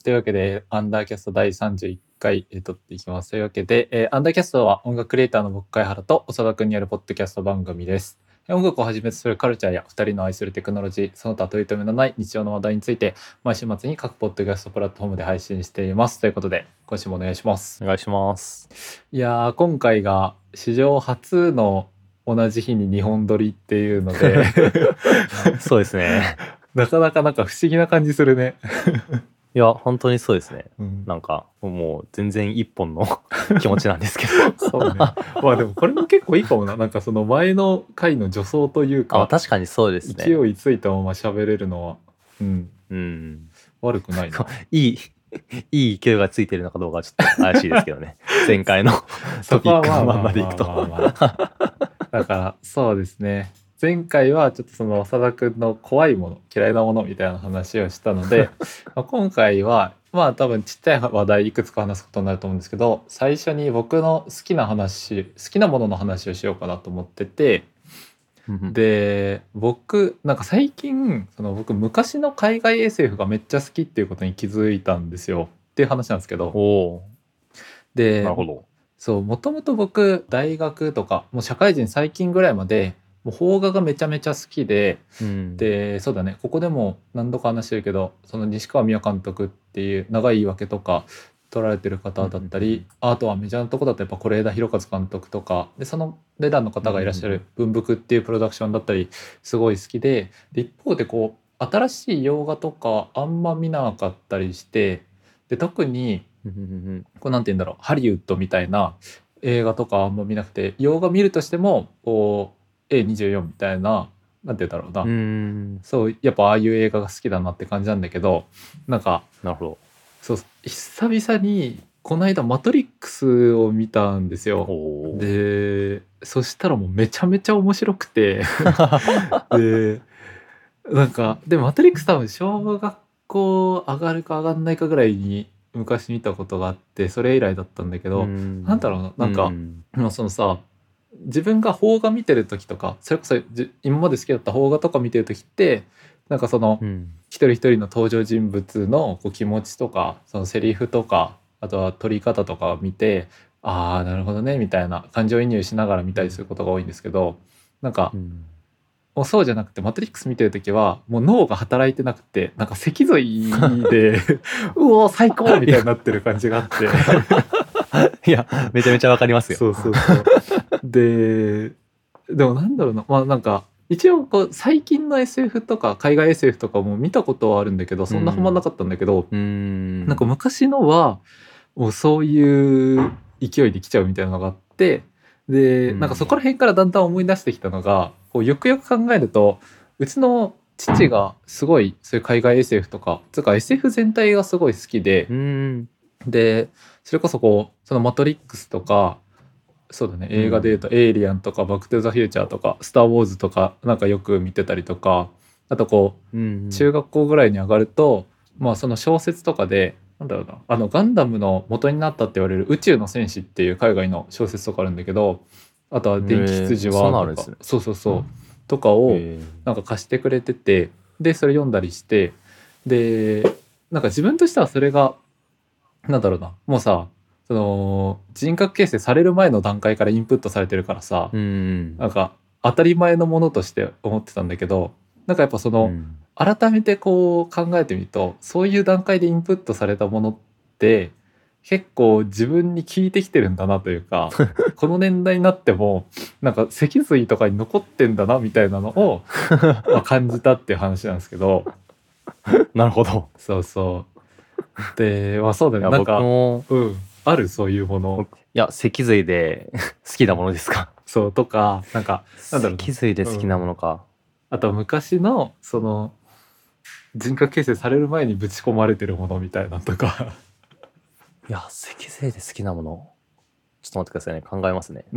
というわけで、アンダーキャスト第31回、撮っていきます。というわけで、アンダーキャストは音楽クリエイターの僕、貝原と長田くんによるポッドキャスト番組です。音楽をはじめとするカルチャーや2人の愛するテクノロジー、その他取り留めのない日常の話題について、毎週末に各ポッドキャストプラットフォームで配信しています。ということで、今週もお願いします。 お願いします。 いやー、今回が史上初の同じ日に2本撮りっていうのでそうですね。 なかなかなんか不思議な感じするねいや本当にそうですね、 なんかもう全然一本の気持ちなんですけどそうね。まあでもこれも結構いいかもな。なんかその前の回の助走というか、 確かにそうですね。 勢いついたまま喋れるのは、悪くないな。 いい勢いがついてるのかどうかちょっと怪しいですけどね。前回のトピックのままでいくと。 だからそうですね。前回はちょっとその長田くんの怖いもの、嫌いなものみたいな話をしたので今回はまあ多分ちっちゃい話題いくつか話すことになると思うんですけど、最初に僕の好きなものの話をしようかなと思ってて、で僕なんか最近僕昔の海外 SF がめっちゃ好きっていうことに気づいたんですよっていう話なんですけど、でなるほど。 そう、もともと僕大学とかもう社会人最近ぐらいまでもう邦画がめちゃめちゃ好きで、でそうだね、ここでも何度か話してるけど、その西川美也監督っていう長い言い訳とか撮られてる方だったり、あとはメジャーなとこだとやっぱ是枝裕和監督とかで、そのレダーの方がいらっしゃる文福っていうプロダクションだったりすごい好きで、一方でこう新しい洋画とかあんま見なかったりして、で特にこうなんて言うんだろう、ハリウッドみたいな映画とかあんま見なくて、洋画見るとしてもこう A24 みたいな、なんて言うんだろうな、そうやっぱああいう映画が好きだなって感じなんだけど、なんかなるほど。 そう久々にこの間マトリックスを見たんですよ。でそしたらもうめちゃめちゃ面白くてでなんかでマトリックス多分小学校上がるか上がんないかぐらいに昔見たことがあって、それ以来だったんだけど、なんだろうな、なんか、そのさ、自分が邦画見てる時とか、それこそ今まで好きだった邦画とか見てる時って、なんかその、一人一人の登場人物のこう気持ちとか、そのセリフとか、あとは撮り方とかを見て、ああなるほどねみたいな感情移入しながら見たりすることが多いんですけど、なんか、もうそうじゃなくてマトリックス見てる時はもう脳が働いてなくて、なんか脊髄でうお最高みたいになってる感じがあっていやめちゃめちゃわかりますよ。 そうでもなんだろうな、まあなんか一応こう最近の SF とか海外 SF とかも見たことはあるんだけど、そんなハマんなかったんだけど、なんか昔のはもうそういう勢いで来ちゃうみたいなのがあって、でなんかそこら辺からだんだん思い出してきたのが、こうよくよく考えると、うちの父がすごいそういう海外 SF とかつうか SF 全体がすごい好きで、でそれこそこうそのマトリックスとか、そうだね、映画でいうとエイリアンとかバックトゥザフューチャーとかスターウォーズとかなんかよく見てたりとか、あとこう中学校ぐらいに上がると、まあその小説とかでなんだろうな、ガンダムの元になったって言われる宇宙の戦士っていう海外の小説とかあるんだけど、あとは電気羊はとか、そうとかをなんか貸してくれてて、でそれ読んだりして、でなんか自分としてはそれがなんだろうな、もうさ、その人格形成される前の段階からインプットされてるからさ、なんか当たり前のものとして思ってたんだけど、なんかやっぱその、改めてこう考えてみると、そういう段階でインプットされたものって結構自分に効いてきてるんだなというかこの年代になってもなんか脊髄とかに残ってんだなみたいなのをまあ感じたっていう話なんですけどなるほど。 そうで、まあそうだね、なんか僕も、あるそういうもの。 いや脊髄で好きなものですか。 そうとか、なんかなんだろう、 脊髄で好きなものか、 あと昔のその人格形成される前にぶち込まれてるものみたいなとかいや脊髄で好きなもの、ちょっと待ってくださいね、考えますね。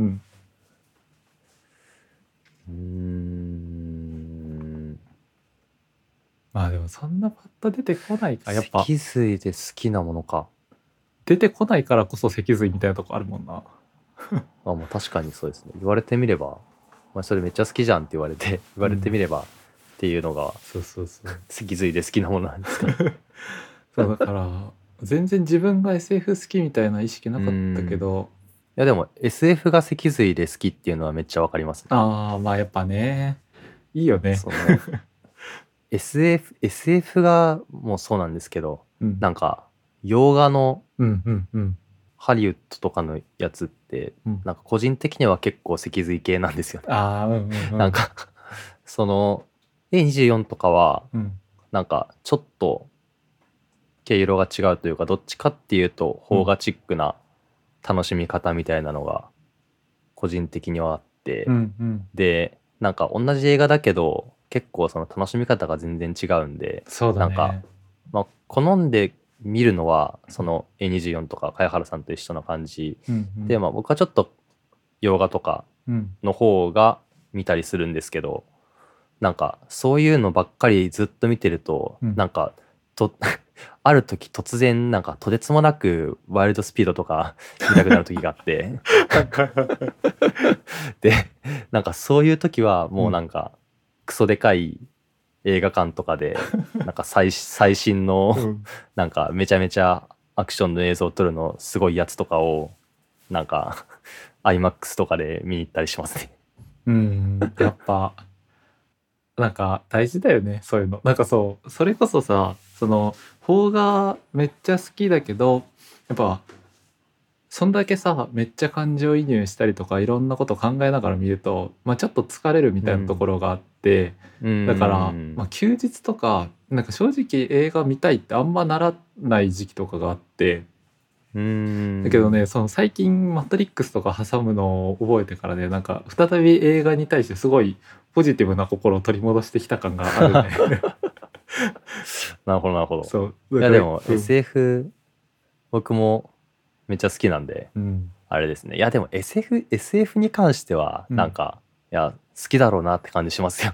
まあでもそんなパッと出てこないか、やっぱ脊髄で好きなものか、 出てこないからこそ脊髄みたいなとこあるもんなまあ確かにそうですね、言われてみれば、まあ、それめっちゃ好きじゃんって言われてみればっていうのが、 そう脊髄で好きなものなんですかそうだから全然自分が SF 好きみたいな意識なうかったけん。 ど、 いやでも SF が脊髄で好きっていうのはめっちゃわかりますね。 ああ、まあやっぱね、いいよね。 その SF がもうそうなんですけど、 うん。 なんか洋画のうんうんうん。 ハリウッドとかのやつって、 うん。 なんか個人的には結構脊髄系なんですよね。 ああ、うんうんうん。 なんかその A24 とかは、 うん。 なんかちょっと毛色が違うというか、どっちかっていうと邦画チックな楽しみ方みたいなのが個人的にはあっうて、 んうん。 で、なんか同じ映画だけど、結構その楽しみ方が全然違うんで、 そうだなんか、 ね。 まあ、好んで見るのは、その A24 とか茅原さんと一緒な感じうんうで、 ん。 まあ僕はちょっと洋画とかうん。 の方が見たりするんですけど、なんかそういうのばっかりずっと見てると、 うん。 なんかとある時突然なんかとてつもなくワイルドスピードとか見たくなる時があってでなんかそういう時はもうなんかクソでかい映画館とかでなんか最新のうん。 なんかめちゃめちゃアクションの映像を撮るのすごいやつとかをなんか IMAX とかで見に行ったりしますね。 うん。やっぱ、なんか大事だよね、そういうの。なんかそう、それこそさ、その、邦画めっちゃ好きだけど、やっぱ、そんだけさ、めっちゃ感情移入したりとかいろんなこと考えながら見ると、まあちょっと疲れるみたいなとこうん。 ろがあって、 うだから、まあん。 休日とか、なんか正直映画見たいってあんまならない時期とかがあって、 うーん。 だけどね、その最近マトリックスとか挟むのを覚えてからね、なんか再び映画に対してすごいポジティブな心を取り戻してきた感があるね。 なるほど、なるほど。 そう。だから、 いやでもうん。 SF 僕もめっちゃ好きなんで、 うん。 あれですね。いやでも SF に関してはうん。 なんか、いや、好きだろうなって感じしますよ。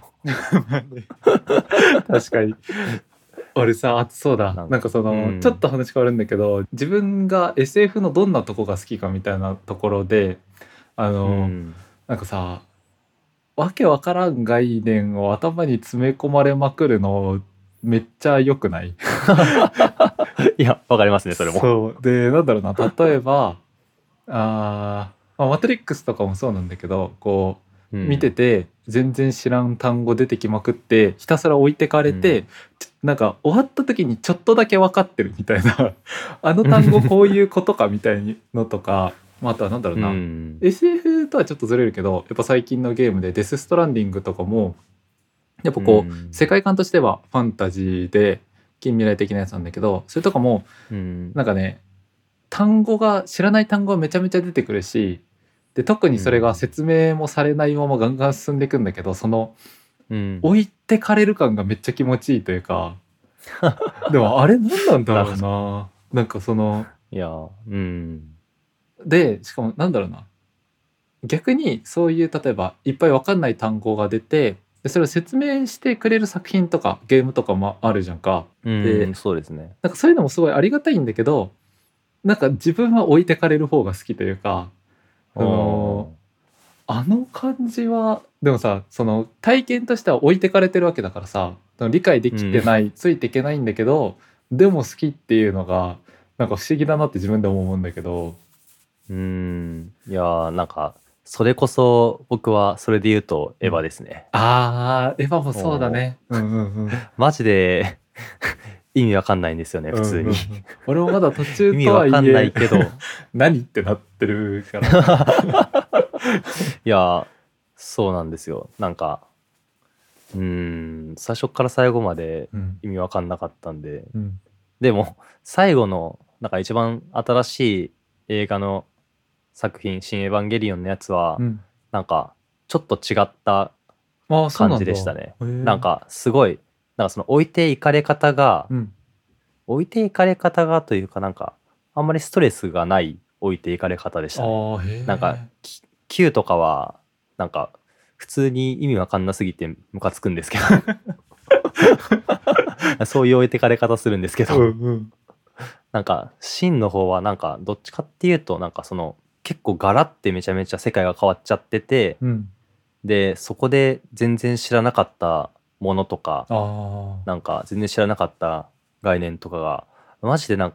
確かに。俺さ、あとそうだ。 なんか、 なんかそうの、ちょっん。 と話変わるんだけど、自分が SF のどんなとこが好きかみたいなところで、あうの、 ん。 なんかさ、わけわからん概念を頭に詰め込まれまくるのめっちゃ良くない？ いや、わかりますね、それも。 そう。で、なんだろうな、例えば、まあ、マトリックスとかもそうなんだけど、こう、見てうん。 て、全然知らん単語出てきまくって、ひたすら置いてかれて、 うん。 なんか終わった時にちょっとだけ分かってるみたいな、あの単語こういうことかみたいのとか、まあ、あとはなんだろううな、 ん。 SF とはちょっとずれるけど、やっぱ最近のゲームでデス・ストランディングとかも、やっぱうこう、世ん。 界観としてはファンタジーで近未来的なやつなんだけど、それとかも、 うん。 なんかね、知らない単語がめちゃめちゃ出てくるし、で、特にそれがうん。 説明もされないままガンガン進んでいくんだけど、その、 うん。 置いてかれる感がめっちゃ気持ちいいというか、でもあれ何なんだろうなるほど。 な。なんかその、 いや、うん。 で、しかもなんだろうな。逆にそういう例えばいっぱいわかんない単語が出て、でそれを説明してくれる作品とかゲームとかもあるじゃんか。で、 うん、そうですね。 なんかそういうのもすごいありがたいんだけど、なんか自分は置いてかれる方が好きというか、 あその、 あ。 あの感じは、でもさ、その体験としては置いてかれてるわけだからさ、理解でうん。 きてない、ついていけないんだけど、でも好きっていうのが、なんか不思議だなって自分でも思うんだけど、 いやー、なんか、それこそ僕はそれで言うとエヴァうん。 ですね。 ああ、エヴァもそうだもね。うんうんうん。 う、マジで意味わかんないんですよね、 うんうんう普通に。 ん。俺もまだ途中意味とわかんないはいえ、 けど、 何ってなってるから。 いやー、そうなんですよ。なんか、最初から最後までうん。 意味わかんなかったんで、 うん。 でも、最後の、なんか一番新しい映画の作品、新エヴァンゲリオンのやつは、 うん。 なんか、ちょっと違ったああ、そう感なんだ。 じでしたね。 へえ。 なんか、すごい、なんかその置いていかれ方が、 うん。 置いていかれ方がというかなんか、あんまりストレスがない置いていかれ方でしたね。 ああ、へなんか、 え。 Q とかは、なんか、普通に意味わかんなすぎてムカつくんですけどそういう置いてかれ方するんですけうんどうん。 なんか、真の方はなんか、どっちかっていうと、なんかその、結構ガラってめちゃめちゃ世界が変わっちゃってて、 うん。 で、そこで全然知らなかったものとか、 ああ。 なんか全然知らなかった概念とかが、マジでなんか、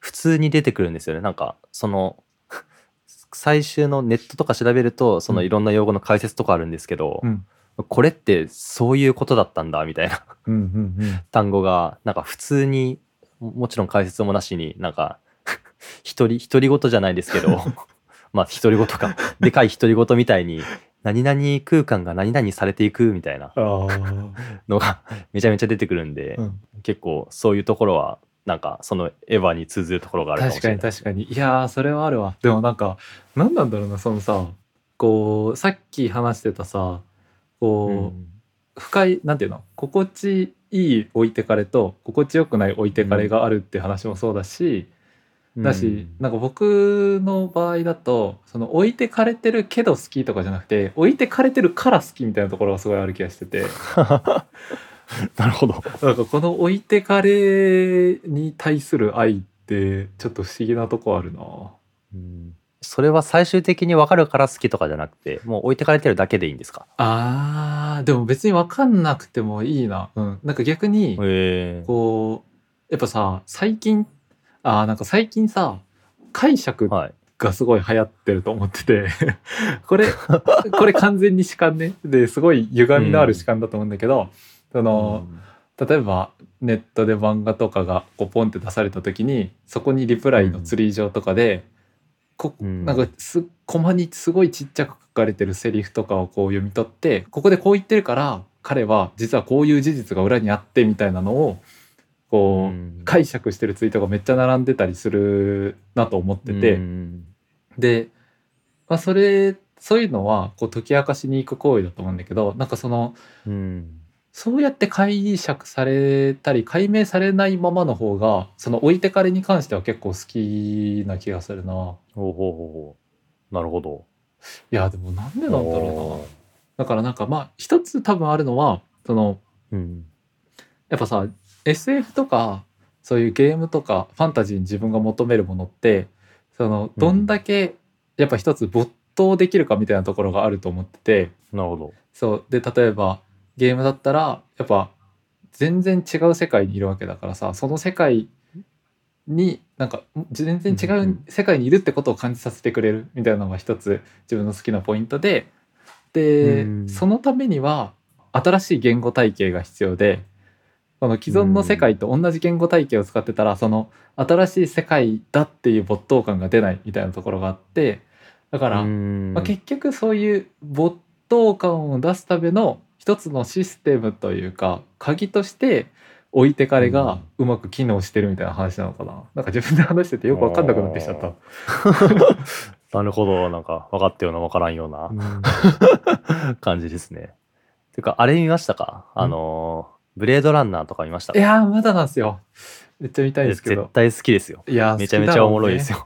普通に出てくるんですよね。なんかその最終のネットとか調べるとそのいろんな用語の解説とかあるんですけど、これってそういうことだったんだみたいな単語がなんか普通に、もちろん解説もなしになんか独り言じゃないですけどまあ独り言か、でかい独り言みたいに何々空間が何々されていくみたいなのがめちゃめちゃ出てくるんで、結構そういうところはなんかそのエヴァに通ずるところがあるかもしれない。 確かにいやーそれはあるわ。でもなんか何なんだろうな、そのさ、こうさっき話してたさ、こう、深いなんていうの、心地いい置いてかれと心地よくない置いてかれがあるっていう話もそうだし、なんか僕の場合だとその置いてかれてるけど好きとかじゃなくて、置いてかれてるから好きみたいなところがすごいある気がしててなるほど。 なんかこの置いてかれに対する愛ってちょっと不思議なとこあるな。 それは最終的に分かるから好きとかじゃなくて、もう置いてかれてるだけでいいんですか？ でも別に分かんなくてもいいな。なんか逆にこうやっぱさ、最近なんか最近さ、解釈がすごい流行ってると思っててこれ完全に主観ね、ですごい歪みのある主観だと思うんだけど、その例えばネットで漫画とかがこうポンって出された時に、そこにリプライのツリー上とかでなんかコマにすごいちっちゃく書かれてるセリフとかをこう読み取って、ここでこう言ってるから彼は実はこういう事実が裏にあってみたいなのをこう解釈してるツイートがめっちゃ並んでたりするなと思ってて、で、そういうのはこう解き明かしに行く行為だと思うんだけど、なんかそのそうやって解釈されたり解明されないままの方がその置いてかれに関しては結構好きな気がするな。 なるほど。 いやでもなんでなんだろうな。だからなんかまあ一つ多分あるのはその、やっぱさ SF とかそういうゲームとかファンタジーに自分が求めるものってそのどんだけやっぱ一つ没頭できるかみたいなところがあると思ってて。 なるほど。 そうで、例えばゲームだったらやっぱ全然違う世界にいるわけだからさ、その世界になんか全然違う世界にいるってことを感じさせてくれるみたいなのが一つ自分の好きなポイントで、そのためには新しい言語体系が必要で、この既存の世界と同じ言語体系を使ってたらその新しい世界だっていう没頭感が出ないみたいなところがあって、だから、結局そういう没頭感を出すための一つのシステムというか鍵として置いてかれがうまく機能してるみたいな話なのかな。なんか自分で話しててよく分かんなくなってきちゃった。 なるほど。なんか分かったような分からんような感じですね。てかあれ見ましたか？ブレードランナーとか見ましたか？ いやまだなんですよ。めっちゃ見たいですけど。 絶対好きですよ。いやめちゃめちゃおもろいですよ。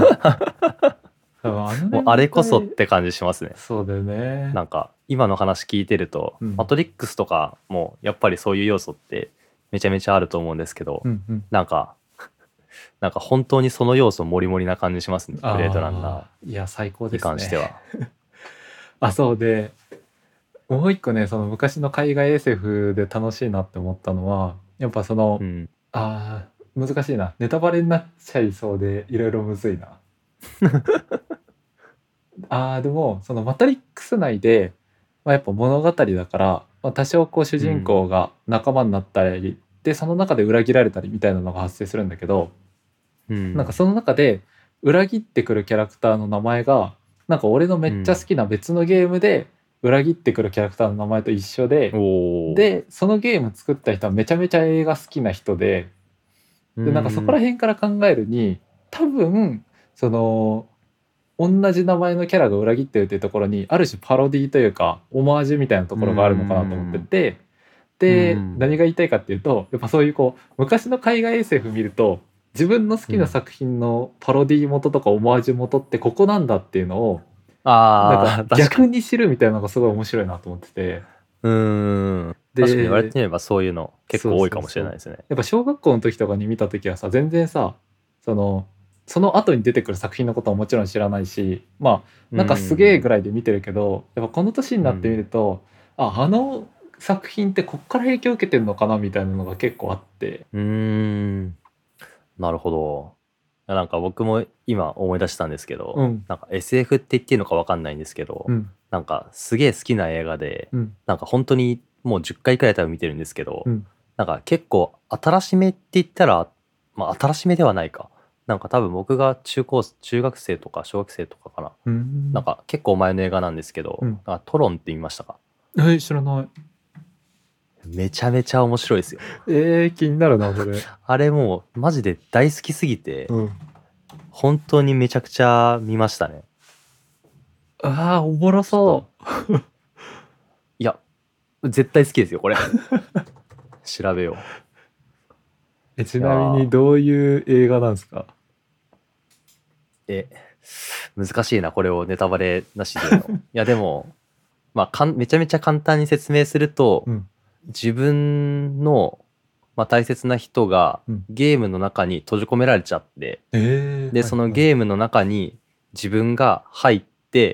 もうあれこそって感じしますね。 そうだよね。 なんか今の話聞いてると、マトリックスとかもやっぱりそういう要素ってめちゃめちゃあると思うんですけど、なんか本当にその要素もりもりな感じしますね。ブレードランナー。 いや最高ですね。 に関しては。 そうで、もう一個ね、その昔の海外 SF で楽しいなって思ったのは、やっぱその、難しいな。ネタバレになっちゃいそうでいろいろむずいな。でもそのマトリックス内で、やっぱ物語だから、多少こう主人公が仲間になったり、でその中で裏切られたりみたいなのが発生するんだけど、なんかその中で裏切ってくるキャラクターの名前がなんか俺のめっちゃ好きな別のゲームで裏切ってくるキャラクターの名前と一緒で、でそのゲーム作った人はめちゃめちゃ映画好きな人で、なんかそこら辺から考えるに多分その同じ名前のキャラが裏切ってるっていうところにある種パロディというかオマージュみたいなところがあるのかなと思ってて、で何が言いたいかっていうと、やっぱそういうこう昔の海外 SF 見ると自分の好きな作品のパロディ元とかオマージュ元ってここなんだっていうのをなんか逆に知るみたいなのがすごい面白いなと思ってて。 確かに言われてみればそういうの結構多いかもしれないですね。 やっぱ小学校の時とかに見た時はさ、全然さその後に出てくる作品のことはもちろん知らないし、なんかすげえぐらいで見てるけど、やっぱこの年になってみると、あの作品ってこっから影響を受けてるのかなみたいなのが結構あって。 なるほど。 なんか僕も今思い出したんですけど、 うんなんか SF って言っていいのか分かんないんですけど、 うんなんかすげえ好きな映画で、 うんなんか本当にもう10回くらい多分見てるんですけど、 うんなんか結構新しめって言ったら、まあ新しめではないか。なんか多分僕が中学生とか小学生とかかな。 うんなんか結構前の映画なんですけど、 うんなんかトロンって見ましたか？ 知らない。 めちゃめちゃ面白いですよ。 気になるなそれ。 あれもうマジで大好きすぎて、 うん。 本当にめちゃくちゃ見ましたね。 ああ、おもろそいや、絶対好きですよ、これ。調べよう。 ちなみにどういう映画なんですか？ 難しいな、これをネタバレなしで言うの。いや、でも、まあ、めちゃめちゃ簡単に説明すると、 うん自分の、まあ、大切な人がうんゲームの中に閉じ込められちゃって、で、そのゲームの中に自分が入って、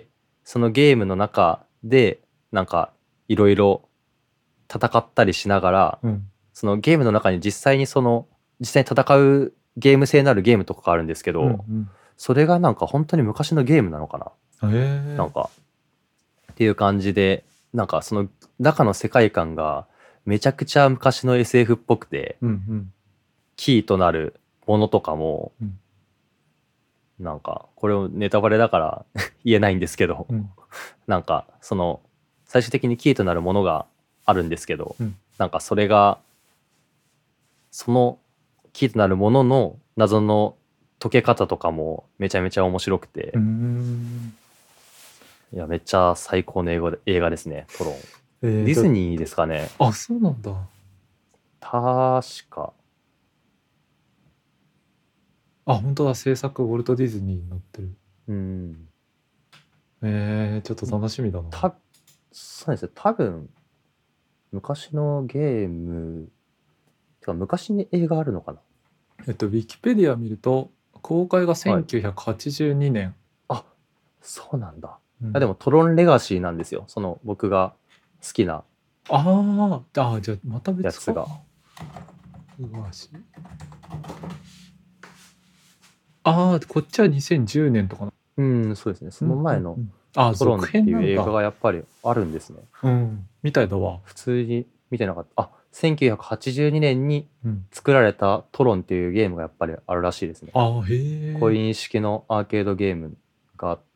そのゲームの中で、なんか、いろいろ戦ったりしながら、 うんそのゲームの中に実際に戦うゲーム性のあるゲームとかがあるんですけど、 うんそれがなんか本当に昔のゲームなのかな、なんかっていう感じで、なんかその中の世界観がめちゃくちゃ昔の SF っぽくて、キーとなるものとかも、なんかこれをネタバレだから言えないんですけど、なんかその最終的にキーとなるものがあるんですけど、なんかそれがそのキーとなるものの謎の解け方とかもめちゃめちゃ面白くて、いやめっちゃ最高の映画ですね、トロン。ディズニーですかね。 あ、そうなんだ。 確か。 あ、本当だ、制作ウォルト・ディズニーになってる。ちょっと楽しみだな。 そうですね、多分昔のゲームてか昔に映画あるのかな。 ウィキペディア見ると公開が1982年。 あ、そうなんだ。でもトロンレガシーなんですよ、その僕が好きなじゃあまた別やつが。 こっちは2010年とかな。 そうですね、その前のトロンっていう映画がやっぱりあるんですね。 みたいだわ。 普通に見てなかった。1982年に作られたトロンっていうゲームがやっぱりあるらしいですね。コイン式のアーケードゲームがあって。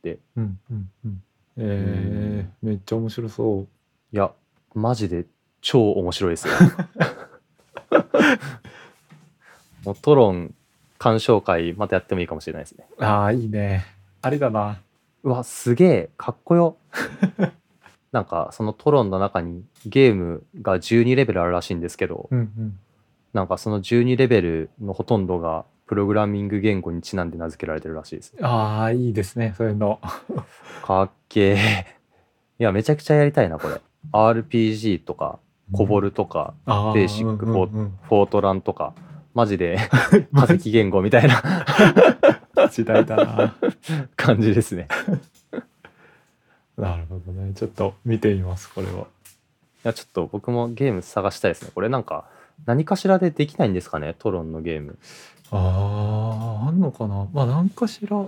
めっちゃ面白そう。 いや、マジで超面白いですよ。もうトロン鑑賞会またやってもいいかもしれないですね。 いいね。あれだな。 うわ、すげえかっこよ。なんかそのトロンの中にゲームが12レベルあるらしいんですけど、なんかその12レベルのほとんどがプログラミング言語にちなんで名付けられてるらしいですね。 いいですね、そういうの。 かっけえ。いや、めちゃくちゃやりたいな、これ。RPG とか、コボルとか、ベーシックフォートランとか、マジで化石言語みたいな時代だな。 感じですね。 なるほどね。ちょっと見てみます、これは。いや、ちょっと僕もゲーム探したいですね。これなんか、何かしらでできないんですかね、トロンのゲーム。 あんのかな。何かしら、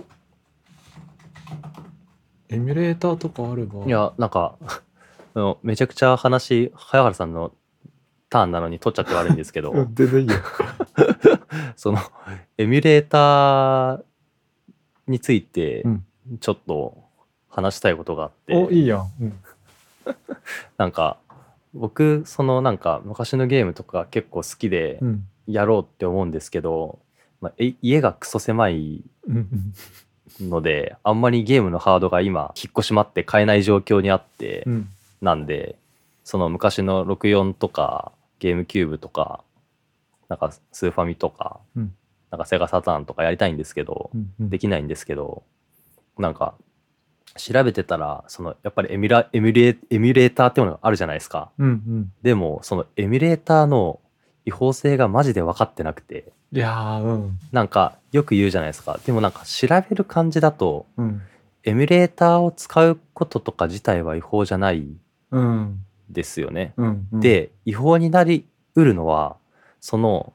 エミュレーターとかあれば。 いや、なんか、めちゃくちゃ早原さんのターンなのに取っちゃって悪いんですけど、 全然いいよ。 その、エミュレーターについて、ちょっと、話したいことがあって。 いいやん。 なんか僕そのなんか昔のゲームとか結構好きでやろうって思うんですけど、家がクソ狭いのであんまりゲームのハードが今引っ越しまって買えない状況にあって、なんでその昔の64とかゲームキューブとかなんかスーファミとか、なんかセガサターンとかやりたいんですけど、できないんですけど、なんか調べてたらそのやっぱりエミュレーターっていうのがあるじゃないですか。でもそのエミュレーターの違法性がマジで分かってなくて、なんかよく言うじゃないですか。でもなんか調べる感じだと、エミュレーターを使うこととか自体は違法じゃないですよね。で違法になりうるのはその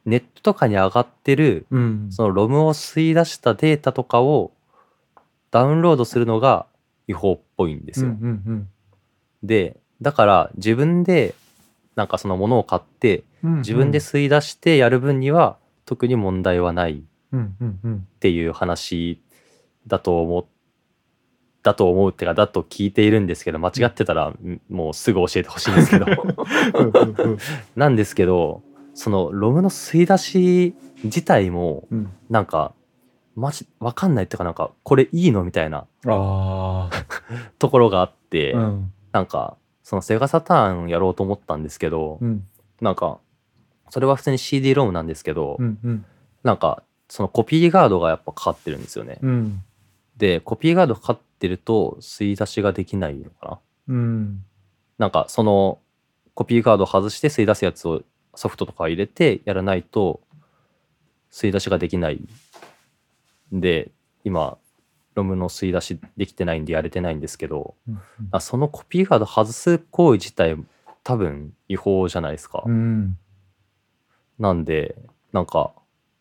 ネットとかに上がってる、そのロムを吸い出したデータとかをダウンロードするのが違法っぽいんですよ。で、だから自分でなんかそのものを買って自分で吸い出してやる分には特に問題はないっていう話だと思ってかだと聞いているんですけど、間違ってたらもうすぐ教えてほしいんですけどなんですけど、そのロムの吸い出し自体もなんかマジわかんないっていうか、なんかこれいいのみたいなところがあって、なんかそのセガサターンやろうと思ったんですけど、なんかそれは普通に CD ロムなんですけど、なんかそのコピーガードがやっぱかかってるんですよね。でコピーガードかかってると吸い出しができないのかな。なんかそのコピーガード外して吸い出すやつをソフトとか入れてやらないと吸い出しができないんで、今ロムの吸い出しできてないんでやれてないんですけど、そのコピーガード外す行為自体多分違法じゃないですか。なんでなんか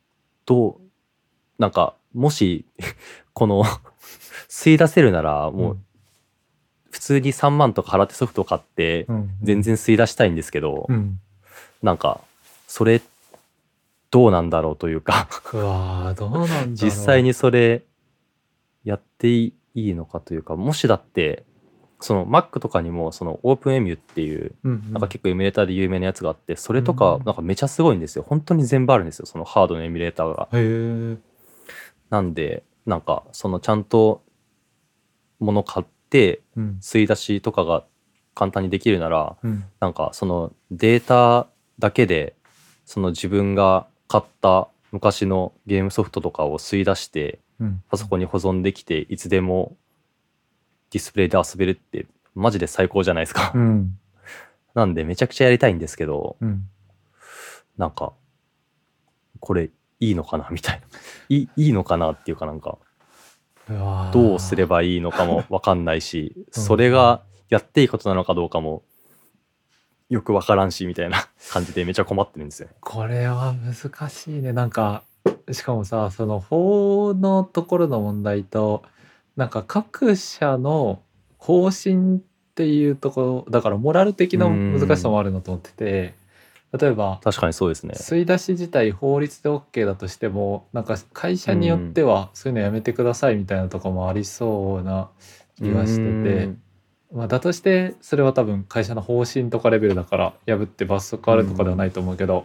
なんかもしこの吸い出せるならもう普通に3万とか払ってソフトを買って全然吸い出したいんですけど、なんかそれどうなんだろうというかどうなんだろう。 実際にそれやっていいのかというか、もしだってその Mac とかにもその OpenEMU っていうなんか結構エミュレーターで有名なやつがあって、それとかなんかめちゃすごいんですよ。本当に全部あるんですよ、そのハードのエミュレーターが。なんでなんかそのちゃんと物買って吸い出しとかが簡単にできるなら、なんかそのデータだけでその自分が買った昔のゲームソフトとかを吸い出してパソコンに保存できていつでもディスプレイで遊べるってマジで最高じゃないですかなんでめちゃくちゃやりたいんですけど、なんかこれいいのかなみたいな、いいのかなっていうか、なんかどうすればいいのかも分かんないし、それがやっていいことなのかどうかもよく分からんしみたいな感じでめちゃ困ってるんですよ。 これは難しいね。なんかしかもさ、その法のところの問題となんか各社の方針っていうところだから、モラル的な難しさもあるなと思ってて、例えば確かにそうですね。 吸い出し自体法律で OK だとしても、なんか会社によってはそういうのやめてくださいみたいなとこもありそうな気がしてて、だとしてそれは多分会社の方針とかレベルだから破って罰則あるとかではないと思うけど、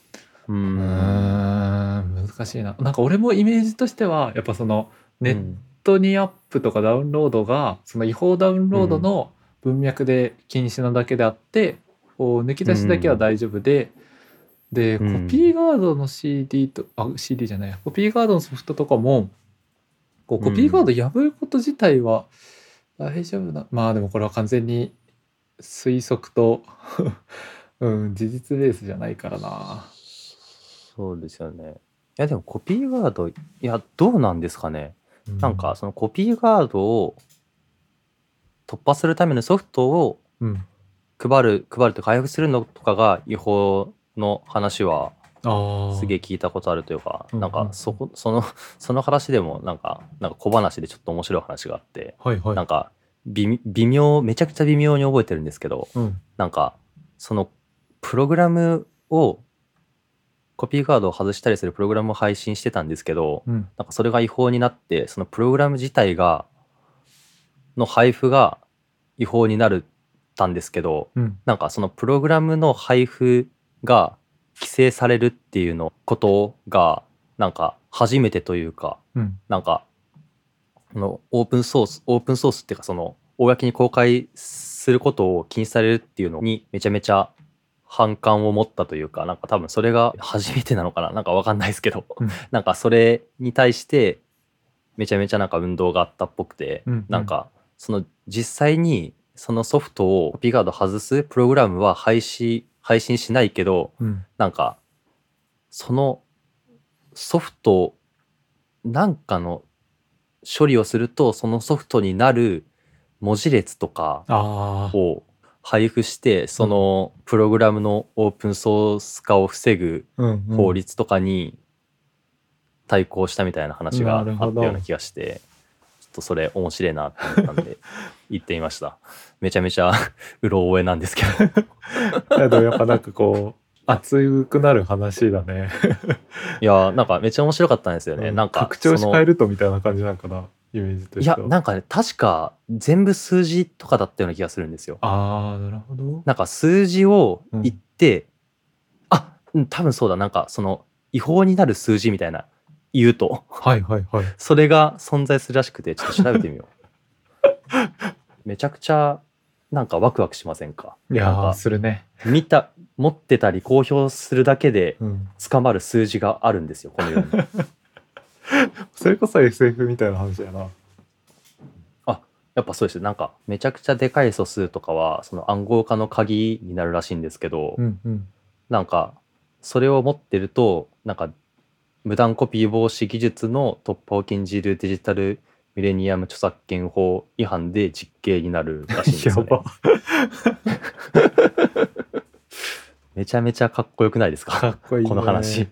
難しいな。なんか俺もイメージとしてはやっぱそのネットにアップとかダウンロードがその違法ダウンロードの文脈で禁止なだけであって、抜き出しだけは大丈夫で、コピーガードの CD とCD じゃない、コピーガードのソフトとかもコピーガード破ること自体は大丈夫な、まあでもこれは完全に推測と事実ベースじゃないからな。 そうですよね。いやでもコピーガード、いやどうなんですかね。なんかそのコピーガードを突破するためのソフトを配ると開発するのとかが違法の話はすげえ聞いたことあるというか、なんかその話でもなんか小話でちょっと面白い話があって、なんかめちゃくちゃ微妙に覚えてるんですけど、なんかそのプログラムをコピーガードを外したりするプログラムを配信してたんですけど、なんかそれが違法になって、そのプログラム自体の配布が違法になったんですけど、なんかそのプログラムの配布が規制されるっていうことがなんか初めてというか、なんかオープンソースっていうか、その公に公開することを禁止されるっていうのにめちゃめちゃ反感を持ったというか、なんか多分それが初めてなのかな、なんかわかんないですけど、なんかそれに対してめちゃめちゃなんか運動があったっぽくて、なんかその実際にそのソフトをコピーガード外すプログラムは配信しないけど、なんかそのソフトなんかの処理をするとそのソフトになる文字列とかを配布してそのプログラムのオープンソース化を防ぐ法律とかに対抗したみたいな話があったような気がして、ちょっとそれ面白いなって思ったんで行ってみました。めちゃめちゃうろ覚えなんですけどでもやっぱなんかこう熱くなる話だねいやなんかめっちゃ面白かったんですよね、なんか拡張し変えるとみたいな感じなんかな、イメージとしては。 いやなんかね確か全部数字とかだったような気がするんですよ。 ああなるほど。 なんか数字を言って、多分そうだ、なんかその違法になる数字みたいな言うとはいはいはいそれが存在するらしくて、ちょっと調べてみようめちゃくちゃなんかワクワクしませんか？ いやーするね。 持ってたり公表するだけで捕まる数字があるんですよ、このようにそれこそ SF みたいな話やな。 やっぱそうです。なんかめちゃくちゃでかい素数とかはその暗号化の鍵になるらしいんですけど、なんかそれを持ってるとなんか無断コピー防止技術の突破を禁じるデジタルミレニアム著作権法違反で実刑になるらしいんですよね。やばめちゃめちゃかっこよくないですか？ かっこいいねこの話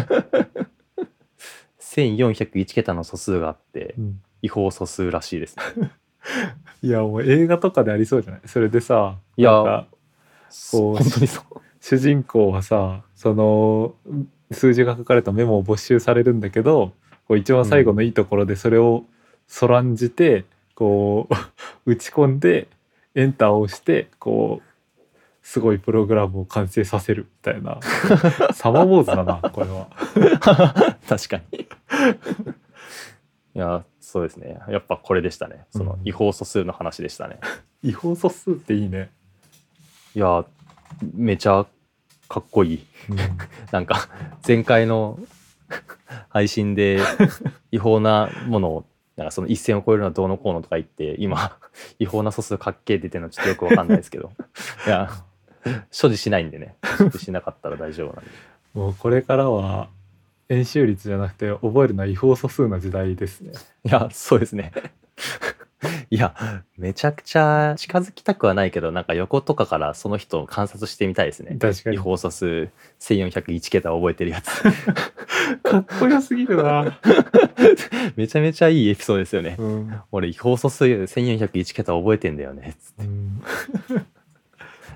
1401桁の素数があって、違法素数らしいですねいやもう映画とかでありそうじゃない？それでさ、 いやなんかこう本当にそう主人公はさ、その数字が書かれたメモを没収されるんだけど、こう一番最後のいいところでそれをそらんじてこう打ち込んでエンターを押してこうすごいプログラムを完成させるみたいなサマーウォーズだなこれは確かにいやそうですね、やっぱこれでしたね。その違法素数の話でしたね、 違法素数っていいね。 いやめちゃかっこいい、なんか前回の配信で違法なものをなんかその一線を越えるのはどうのこうのとか言って今違法な素数かっけー出てるのちょっとよくわかんないですけどいや所持しないんでね、所持しなかったら大丈夫なんでもうこれからは円周率じゃなくて覚えるのは違法素数の時代ですね。 いやそうですねいやめちゃくちゃ近づきたくはないけど、なんか横とかからその人を観察してみたいですね。 確かに違法素数1401桁覚えてるやつかっこよすぎるなめちゃめちゃいいエピソードですよね、俺違法素数1401桁覚えてんだよねつって、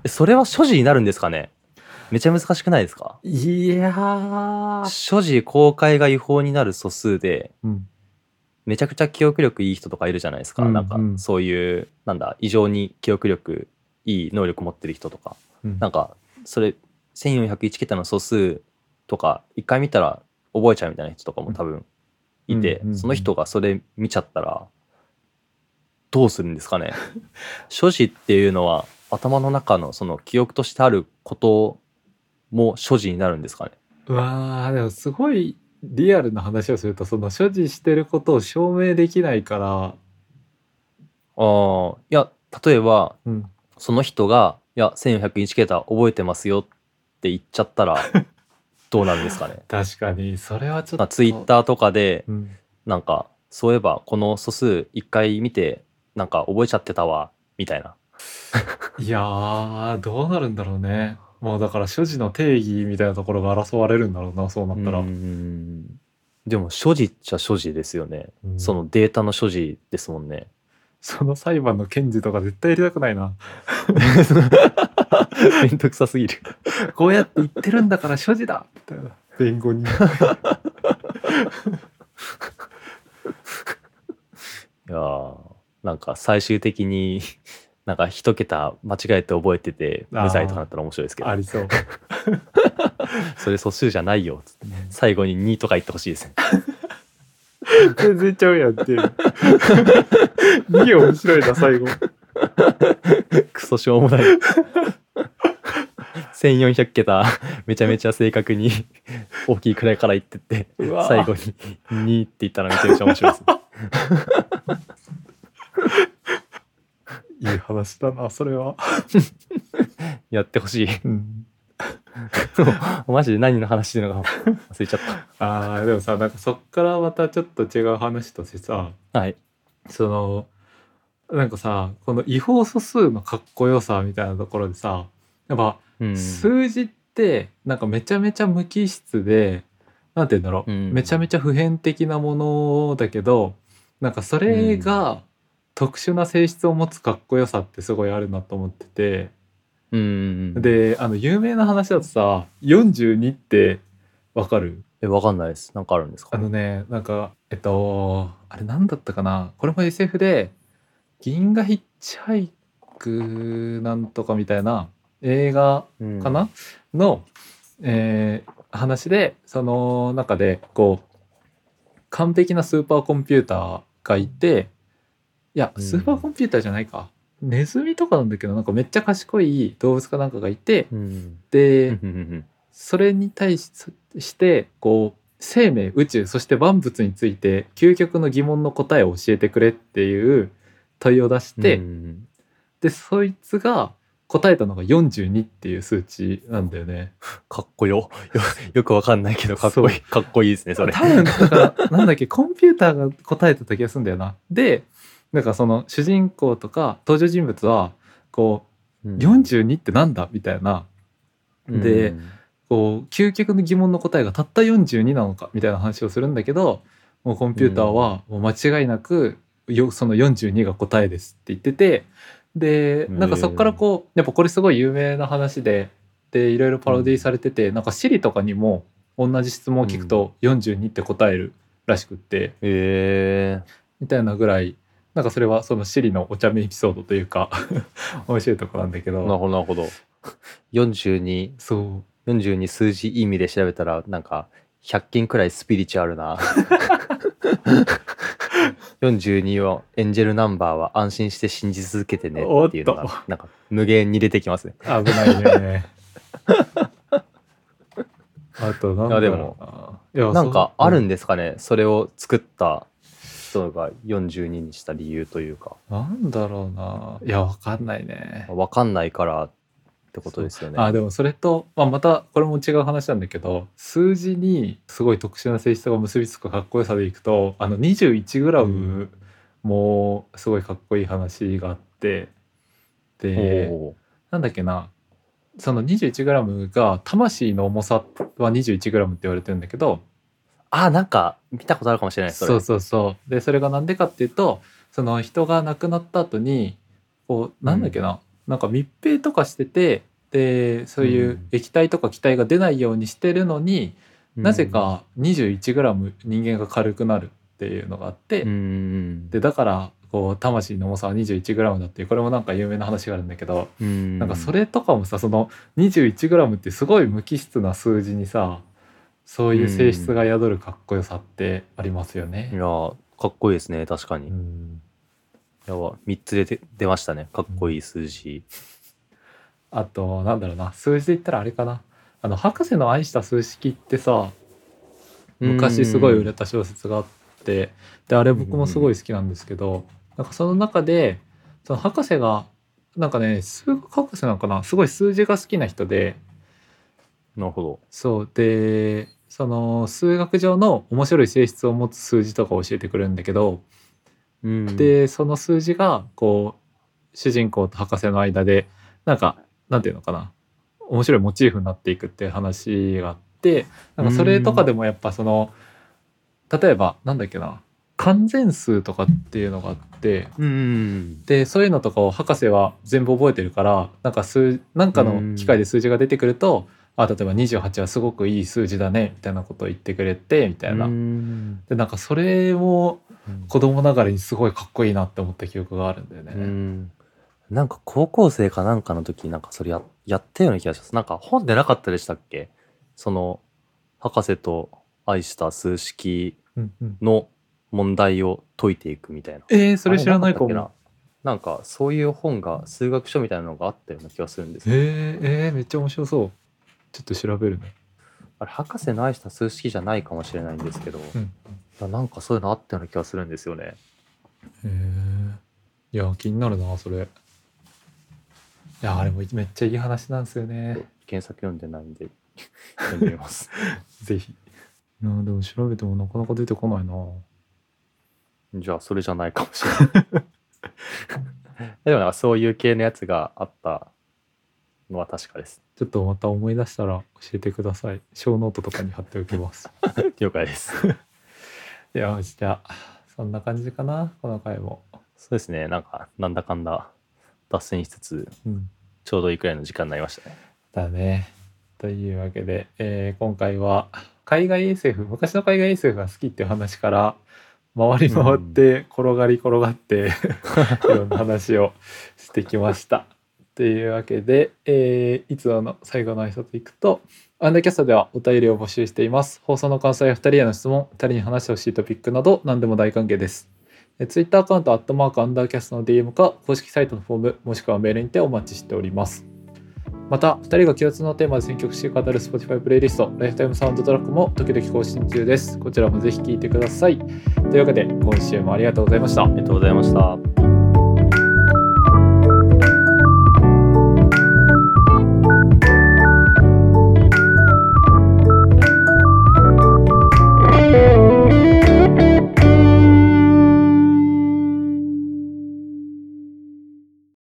それは所持になるんですかね？めちゃ難しくないですか？ いやー所持公開が違法になる素数で、めちゃくちゃ記憶力いい人とかいるじゃないですか、なんかそういうなんだ異常に記憶力いい能力持ってる人とか、なんかそれ1401桁の素数とか一回見たら覚えちゃうみたいな人とかも多分いて、その人がそれ見ちゃったらどうするんですかね所持っていうのは頭の中のその記憶としてあることも所持になるんですかね？ うわーでもすごいリアルな話をすると、その所持してることを証明できないから。 いや例えば、その人が「いや1401桁覚えてますよ」って言っちゃったらどうなるんですかね？ 確かにそれはちょっとツイッターとかで、なんかそういえばこの素数一回見てなんか覚えちゃってたわみたいな。 いやーどうなるんだろうね。もうだから所持の定義みたいなところが争われるんだろうな、そうなったら。 でも所持っちゃ所持ですよね、そのデータの所持ですもんね。 その裁判の検事とか絶対やりたくないなめんどくさすぎるこうやって言ってるんだから所持だみたいな弁護人いやなんか最終的になんか一桁間違えて覚えてて無罪とかなったら面白いですけど。 ありそうそれ素数じゃないよっつって、最後に2とか言ってほしいですね全然ちゃうやんっていう2面白いな最後クソしょうもない1400桁めちゃめちゃ正確に大きいくらいから言ってって最後に2って言ったらめちゃめちゃ面白いですねいい話だなそれはやってほしい、マジで何の話してるのか忘れちゃったでもさ、なんかそっからまたちょっと違う話としてさ、 はい、 そのなんかさ、この違法素数のかっこよさみたいなところでさ、やっぱ数字ってなんかめちゃめちゃ無機質で、なんて言うんだろう、めちゃめちゃ普遍的なものだけど、なんかそれが特殊な性質を持つかっこよさってすごいあるなと思ってて、で、有名な話だとさ、42ってわかる？ わかんないです。なんかあるんですか？ なんか、あれなんだったかな、これも SF で、銀河ヒッチハイクなんとかみたいな映画かな、の、話で、その中で、こう、完璧なスーパーコンピューターがいて、いや、スーパーコンピューターじゃないか。ネズミとかなんだけど、なんかめっちゃ賢い動物かなんかがいて、で、それに対してこう生命、宇宙、そして万物について究極の疑問の答えを教えてくれっていう問いを出して、でそいつが答えたのが42っていう数値なんだよね。 かっこよくわかんないけどかっこいい、かっこいいですねそれ。 多分だからなんだっけ、コンピューターが答えてた気がするんだよな。でなんかその主人公とか登場人物はこう、42ってなんだみたいな。で、こう究極の疑問の答えがたった42なのかみたいな話をするんだけど、もうコンピューターはもう間違いなくその42が答えですって言ってて、でなんかそこからこうやっぱこれすごい有名な話で、いろいろパロディされてて、なんか Siri とかにも同じ質問を聞くと42って答えるらしくって、みたいなぐらい、なんかそれはその Siri のお茶目エピソードというか面白いとこなんだけど。 なるほどなるほど。42、 そう 42数字意味で調べたらなんか100件くらいスピリチュアルな42はエンジェルナンバーは安心して信じ続けてねっていうのがなんか無限に出てきますね。 危ないねあとなんだろうな。 でもなんかあるんですかね、それを作った人が42にした理由というか。 なんだろうな。いやわかんないね。 わかんないからってことですよね。 でもそれと、またこれも違う話なんだけど、数字にすごい特殊な性質が結びつくかっこよさでいくと、21g もすごいかっこいい話があって、でなんだっけな、その 21g が魂の重さは 21g って言われてるんだけど、 なんか見たことあるかもしれないです。 そうでそれがなんでかっていうと、その人が亡くなった後にこうなんだっけな、なんか密閉とかしてて、でそういう液体とか気体が出ないようにしてるのに、なぜか 21g 人間が軽くなるっていうのがあって、でだからこう魂の重さは 21g だっていう、これもなんか有名な話があるんだけど、なんかそれとかもさ、その 21g ってすごい無機質な数字にさ、そういう性質が宿るかっこよさってありますよね。 いやかっこいいですね、確かに。3つ出ましたね、かっこいい数字。 あとなんだろうな、数字で言ったらあれかな、博士の愛した数式ってさ、昔すごい売れた小説があって、であれ僕もすごい好きなんですけど、なんかその中でその博士がなんかね、数学博士なのかな、すごい数字が好きな人で。 なるほど。 そうで、その数学上の面白い性質を持つ数字とかを教えてくれるんだけど、でその数字がこう主人公と博士の間でなんかなんていうのかな、面白いモチーフになっていくっていう話があって、なんかそれとかでもやっぱその例えばなんだっけな、完全数とかっていうのがあって、でそういうのとかを博士は全部覚えてるから、なんかの機械で数字が出てくると、例えば28はすごくいい数字だねみたいなことを言ってくれてみたいな。でなんかそれも子供ながらにすごいかっこいいなって思った記憶があるんだよね。 なんか高校生かなんかの時なんかそれやったような気がします。なんか本でなかったでしたっけ、その博士と愛した数式の問題を解いていくみたいな。 それ知らないかも。 なんかそういう本が数学書みたいなのがあったような気がするんですよ。 めっちゃ面白そう。ちょっと調べるね。 あれ博士の愛した数式じゃないかもしれないんですけど、なんかそういうのあったような気がするんですよね。 いや気になるなそれ。いやあれもめっちゃいい話なんですよね。 原作読んでないんで読んでみますぜひ。でも調べてもなかなか出てこないな。 じゃあそれじゃないかもしれないでもなんかそういう系のやつがあったのは確かです。 ちょっとまた思い出したら教えてください。小ノートとかに貼っておきます。 了解です。 よし、じゃあそんな感じかな、この回も。 そうですね、なんかなんだかんだ脱線しつつ、ちょうどいいくらいの時間になりましたね。 だね。というわけで、今回は海外 SF、昔の海外 SF が好きっていう話から回り回って転がり転がっていろんな話をしてきました。というわけで、いつもの最後の挨拶いくと、アンダーキャストではお便りを募集しています。放送の感想や2人への質問、2人に話してほしいトピックなど何でも大歓迎です。Twitter アカウント@アンダーキャストの DM か公式サイトのフォームもしくはメールにてお待ちしております。また2人が共通のテーマで選曲して語る Spotify プレイリストライフタイムサウンドトラックも時々更新中です。こちらもぜひ聴いてください。というわけで今週もありがとうございました。 ありがとうございました。